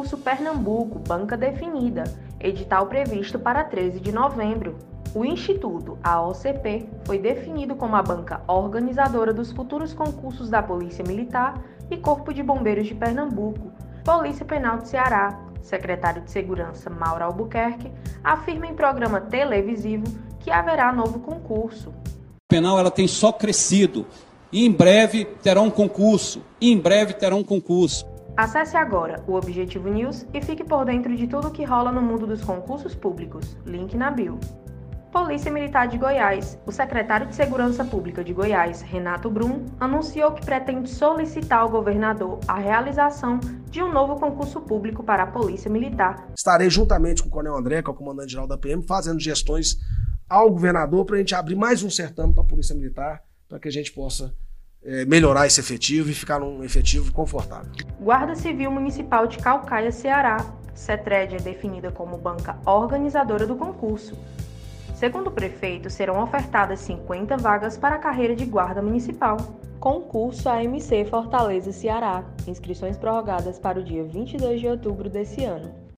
concurso Pernambuco Banca Definida, edital previsto para 13 de novembro. O Instituto, a OCP, foi definido como a banca organizadora dos futuros concursos da Polícia Militar e Corpo de Bombeiros de Pernambuco. Polícia Penal do Ceará, secretário de Segurança Mauro Albuquerque, afirma em programa televisivo que haverá novo concurso. A penal ela tem só crescido e em breve terá um concurso. Acesse agora o Objetivo News e fique por dentro de tudo o que rola no mundo dos concursos públicos. Link na bio. Polícia Militar de Goiás. O secretário de Segurança Pública de Goiás, Renato Brum, anunciou que pretende solicitar ao governador a realização de um novo concurso público para a Polícia Militar. Estarei juntamente com o Coronel André, que é o comandante-geral da PM, fazendo gestões ao governador para a gente abrir mais um certame para a Polícia Militar, para que a gente possa melhorar esse efetivo e ficar num efetivo confortável. Guarda Civil Municipal de Caucaia, Ceará. CETRED é definida como banca organizadora do concurso. Segundo o prefeito, serão ofertadas 50 vagas para a carreira de guarda municipal. Concurso AMC Fortaleza, Ceará. Inscrições prorrogadas para o dia 22 de outubro desse ano.